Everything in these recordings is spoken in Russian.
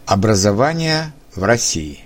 Образование в России.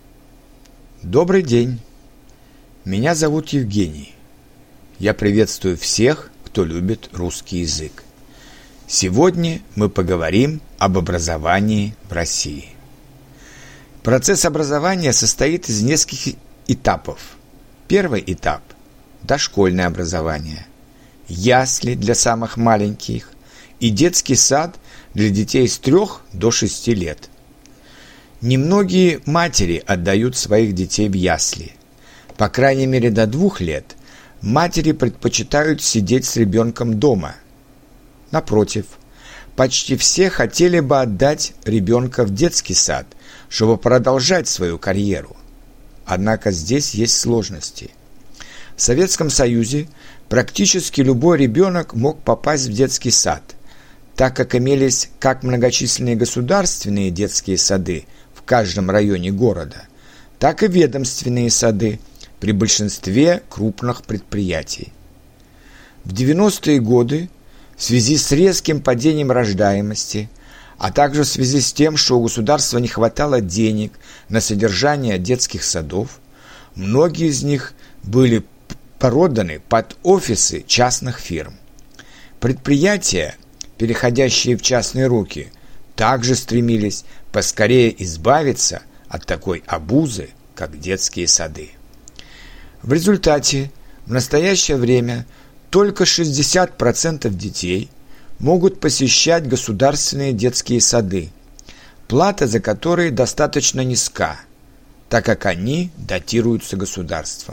Добрый день. Меня зовут Евгений. Я приветствую всех, кто любит русский язык. Сегодня мы поговорим об образовании в России. Процесс образования состоит из нескольких этапов. Первый этап – дошкольное образование, ясли для самых маленьких и детский сад для детей с 3 до 6 лет. Немногие матери отдают своих детей в ясли. По крайней мере, до 2 лет матери предпочитают сидеть с ребенком дома. Напротив, почти все хотели бы отдать ребенка в детский сад, чтобы продолжать свою карьеру. Однако здесь есть сложности. В Советском Союзе практически любой ребенок мог попасть в детский сад, так как имелись как многочисленные государственные детские сады в каждом районе города, так и ведомственные сады при большинстве крупных предприятий. В 90-е годы в связи с резким падением рождаемости, а также в связи с тем, что у государства не хватало денег на содержание детских садов, многие из них были проданы под офисы частных фирм. Предприятия, переходящие в частные руки, также стремились поскорее избавиться от такой обузы, как детские сады. В результате в настоящее время только 60% детей могут посещать государственные детские сады, плата за которые достаточно низка, так как они датируются государством.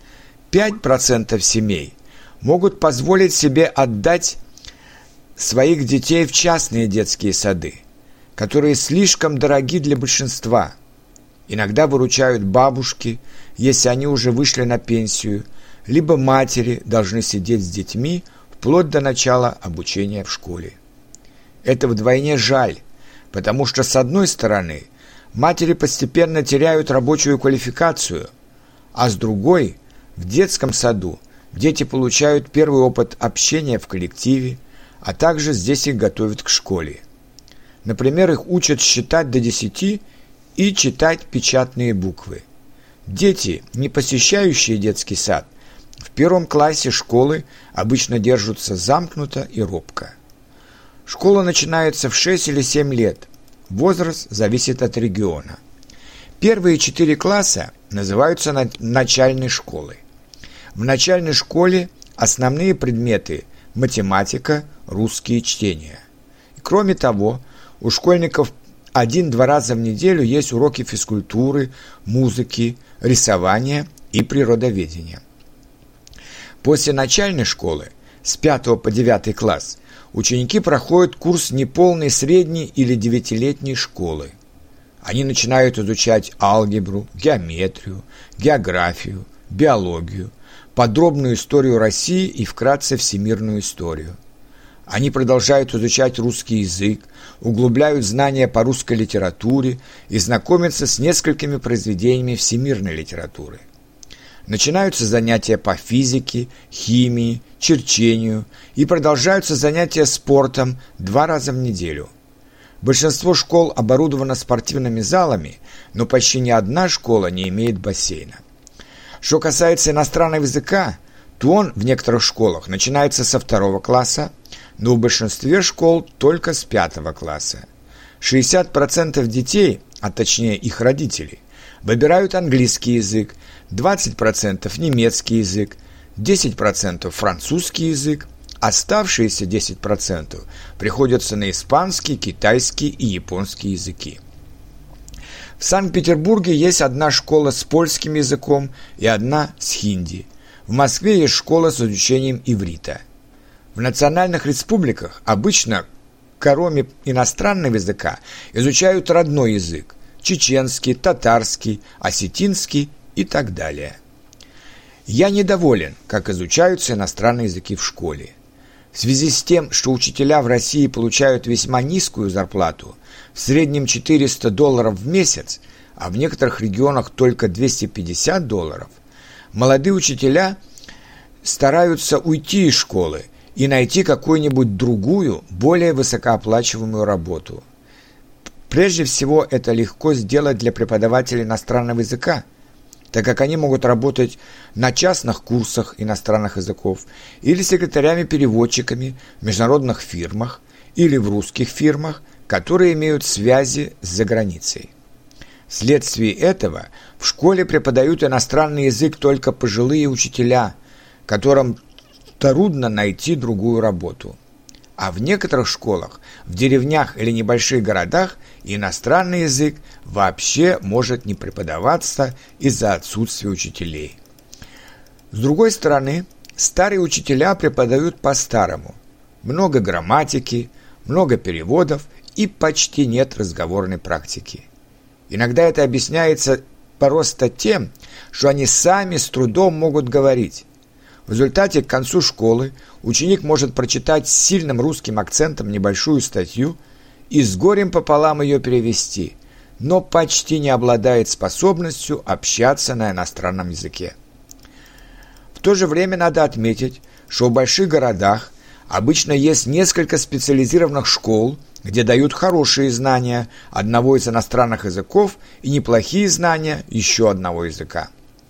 5% семей могут позволить себе отдать своих детей в частные детские сады, которые слишком дороги для большинства. Иногда выручают бабушки, если они уже вышли на пенсию, либо матери должны сидеть с детьми вплоть до начала обучения в школе. Это вдвойне жаль, потому что, с одной стороны, матери постепенно теряют рабочую квалификацию, а с другой, в детском саду дети получают первый опыт общения в коллективе, а также здесь их готовят к школе. Например, их учат считать до 10 и читать печатные буквы. Дети, не посещающие детский сад, в 1 классе школы обычно держатся замкнуто и робко. Школа начинается в 6 или 7 лет. Возраст зависит от региона. Первые 4 класса называются начальной школой. В начальной школе основные предметы – математика, русские чтения. Кроме того, у школьников 1-2 раза в неделю есть уроки физкультуры, музыки, рисования и природоведения. После начальной школы, с 5 по 9 класс, ученики проходят курс неполной средней или 9-летней школы. Они начинают изучать алгебру, геометрию, географию, биологию, подробную историю России и вкратце всемирную историю. Они продолжают изучать русский язык, углубляют знания по русской литературе и знакомятся с несколькими произведениями всемирной литературы. Начинаются занятия по физике, химии, черчению и продолжаются занятия спортом 2 раза в неделю. Большинство школ оборудовано спортивными залами, но почти ни одна школа не имеет бассейна. Что касается иностранного языка, то он в некоторых школах начинается со 2 класса, но в большинстве школ только с 5 класса. 60% детей, а точнее их родителей, выбирают английский язык, 20% немецкий язык, 10% французский язык, оставшиеся 10% приходятся на испанский, китайский и японский языки. В Санкт-Петербурге есть 1 школа с польским языком и 1 с хинди. В Москве есть школа с изучением иврита. В национальных республиках обычно, кроме иностранного языка, изучают родной язык – чеченский, татарский, осетинский и так далее. Я недоволен, как изучаются иностранные языки в школе. В связи с тем, что учителя в России получают весьма низкую зарплату, в среднем $400 в месяц, а в некоторых регионах только $250, молодые учителя стараются уйти из школы и найти какую-нибудь другую, более высокооплачиваемую работу. Прежде всего, это легко сделать для преподавателей иностранного языка, так как они могут работать на частных курсах иностранных языков или секретарями-переводчиками в международных фирмах или в русских фирмах, которые имеют связи с заграницей. Вследствие этого в школе преподают иностранный язык только пожилые учителя, которым трудно найти другую работу. А в некоторых школах, в деревнях или небольших городах иностранный язык вообще может не преподаваться из-за отсутствия учителей. С другой стороны, старые учителя преподают по-старому. Много грамматики, много переводов и почти нет разговорной практики. Иногда это объясняется просто тем, что они сами с трудом могут говорить. В результате к концу школы ученик может прочитать с сильным русским акцентом небольшую статью и с горем пополам ее перевести, но почти не обладает способностью общаться на иностранном языке. В то же время надо отметить, что в больших городах обычно есть несколько специализированных школ, где дают хорошие знания одного из иностранных языков и неплохие знания еще одного языка.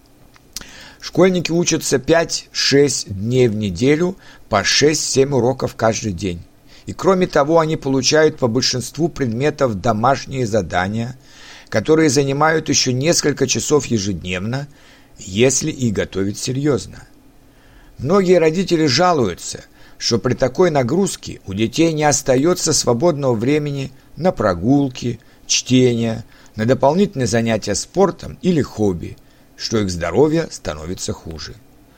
Школьники учатся 5-6 дней в неделю по 6-7 уроков каждый день. И кроме того, они получают по большинству предметов домашние задания, которые занимают еще несколько часов ежедневно, если их готовить серьезно. Многие родители жалуются, что при такой нагрузке у детей не остается свободного времени на прогулки, чтение, на дополнительные занятия спортом или хобби, что их здоровье становится хуже.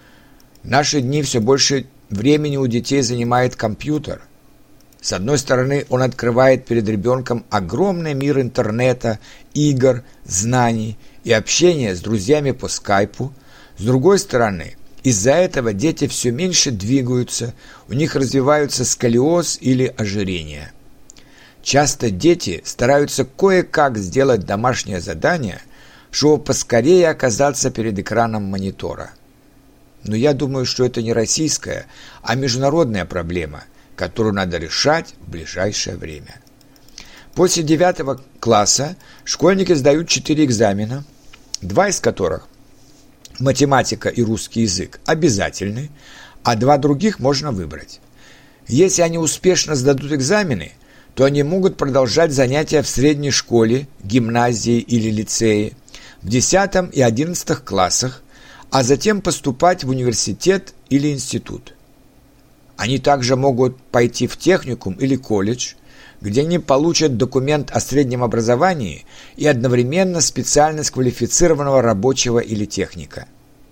В наши дни все больше времени у детей занимает компьютер. С одной стороны, он открывает перед ребенком огромный мир интернета, игр, знаний и общения с друзьями по скайпу. С другой стороны, из-за этого дети все меньше двигаются, у них развиваются сколиоз или ожирение. Часто дети стараются кое-как сделать домашнее задание, чтобы поскорее оказаться перед экраном монитора. Но я думаю, что это не российская, а международная проблема, которую надо решать в ближайшее время. После 9 класса школьники сдают 4 экзамена, 2 из которых – математика и русский язык – обязательны, а 2 других можно выбрать. Если они успешно сдадут экзамены, то они могут продолжать занятия в средней школе, гимназии или лицее, в 10 и 11 классах, а затем поступать в университет или институт. Они также могут пойти в техникум или колледж, где они получат документ о среднем образовании и одновременно специальность квалифицированного рабочего или техника.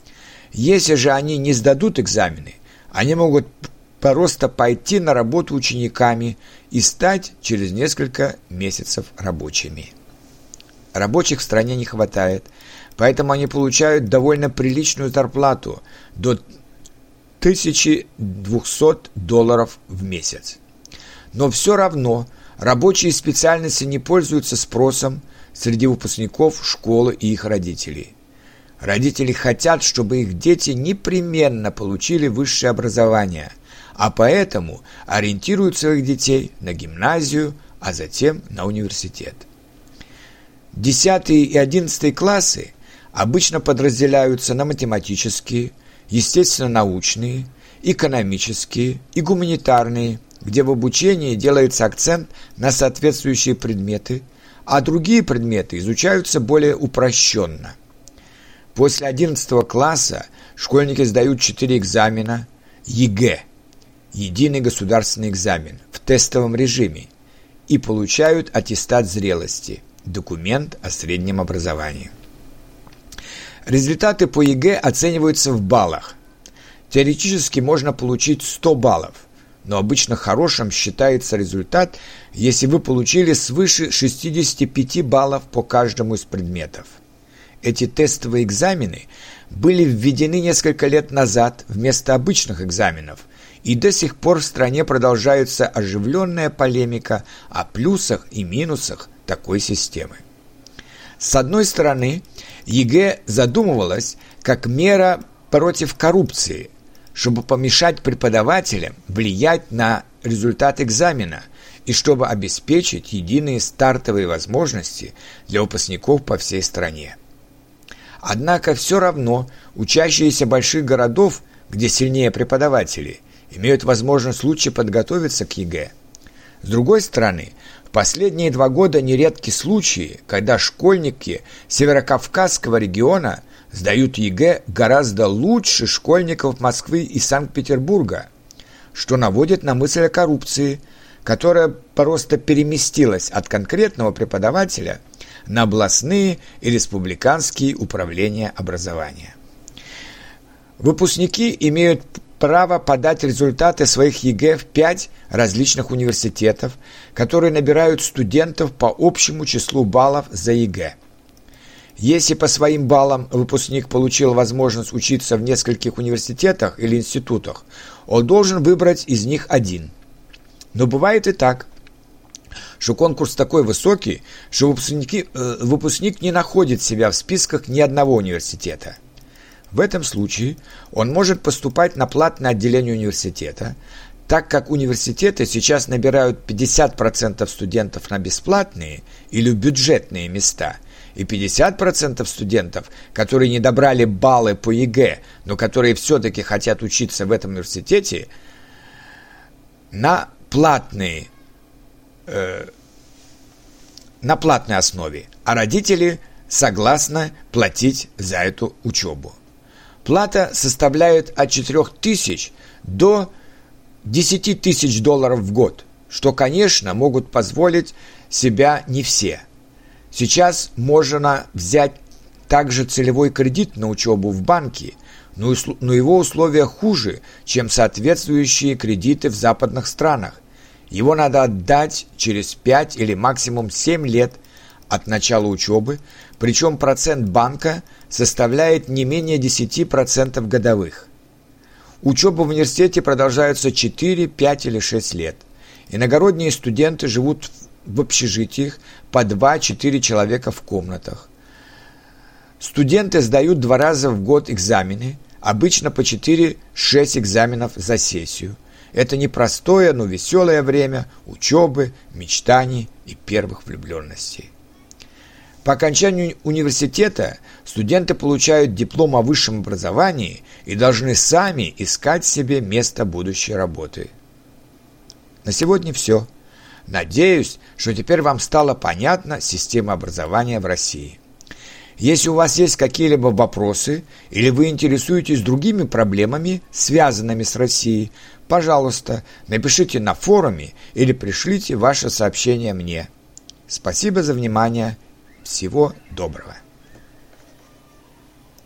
Если же они не сдадут экзамены, они могут просто пойти на работу учениками и стать через несколько месяцев рабочими. Рабочих в стране не хватает, поэтому они получают довольно приличную зарплату до $1200 в месяц. Но все равно рабочие специальности не пользуются спросом среди выпускников школы и их родителей. Родители хотят, чтобы их дети непременно получили высшее образование, а поэтому ориентируют своих детей на гимназию, а затем на университет. 10 и 11 классы обычно подразделяются на математические, естественно-научные, экономические и гуманитарные, где в обучении делается акцент на соответствующие предметы, а другие предметы изучаются более упрощенно. После 11 класса школьники сдают 4 экзамена ЕГЭ, единый государственный экзамен, в тестовом режиме и получают аттестат зрелости, документ о среднем образовании. Результаты по ЕГЭ оцениваются в баллах. Теоретически можно получить 100 баллов, но обычно хорошим считается результат, если вы получили свыше 65 баллов по каждому из предметов. Эти тестовые экзамены были введены несколько лет назад вместо обычных экзаменов, и до сих пор в стране продолжается оживленная полемика о плюсах и минусах такой системы. С одной стороны, ЕГЭ задумывалось как мера против коррупции, чтобы помешать преподавателям влиять на результат экзамена и чтобы обеспечить единые стартовые возможности для выпускников по всей стране. Однако все равно учащиеся больших городов, где сильнее преподаватели, имеют возможность лучше подготовиться к ЕГЭ. С другой стороны, в последние 2 года нередки случаи, когда школьники Северокавказского региона сдают ЕГЭ гораздо лучше школьников Москвы и Санкт-Петербурга, что наводит на мысль о коррупции, которая просто переместилась от конкретного преподавателя на областные и республиканские управления образования. Выпускники имеют право подать результаты своих ЕГЭ в 5 различных университетов, которые набирают студентов по общему числу баллов за ЕГЭ. Если по своим баллам выпускник получил возможность учиться в нескольких университетах или институтах, он должен выбрать из них один. Но бывает и так, что конкурс такой высокий, что выпускник не находит себя в списках ни одного университета. В этом случае он может поступать на платное отделение университета, так как университеты сейчас набирают 50% студентов на бесплатные или бюджетные места, и 50% студентов, которые не добрали баллы по ЕГЭ, но которые все-таки хотят учиться в этом университете, на платной основе, а родители согласны платить за эту учебу. Плата составляет от 4 тысяч до 10 тысяч долларов в год, что, конечно, могут позволить себя не все. Сейчас можно взять также целевой кредит на учебу в банке, но его условия хуже, чем соответствующие кредиты в западных странах. Его надо отдать через 5 или максимум 7 лет от начала учебы, причем процент банка составляет не менее 10% годовых. Учеба в университете продолжается 4, 5 или 6 лет. Иногородние студенты живут в общежитиях по 2-4 человека в комнатах. Студенты сдают 2 раза в год экзамены, обычно по 4-6 экзаменов за сессию. Это непростое, но веселое время учебы, мечтаний и первых влюбленностей. По окончанию университета студенты получают диплом о высшем образовании и должны сами искать себе место будущей работы. На сегодня все. Надеюсь, что теперь вам стала понятна система образования в России. Если у вас есть какие-либо вопросы или вы интересуетесь другими проблемами, связанными с Россией, пожалуйста, напишите на форуме или пришлите ваше сообщение мне. Спасибо за внимание. Всего доброго.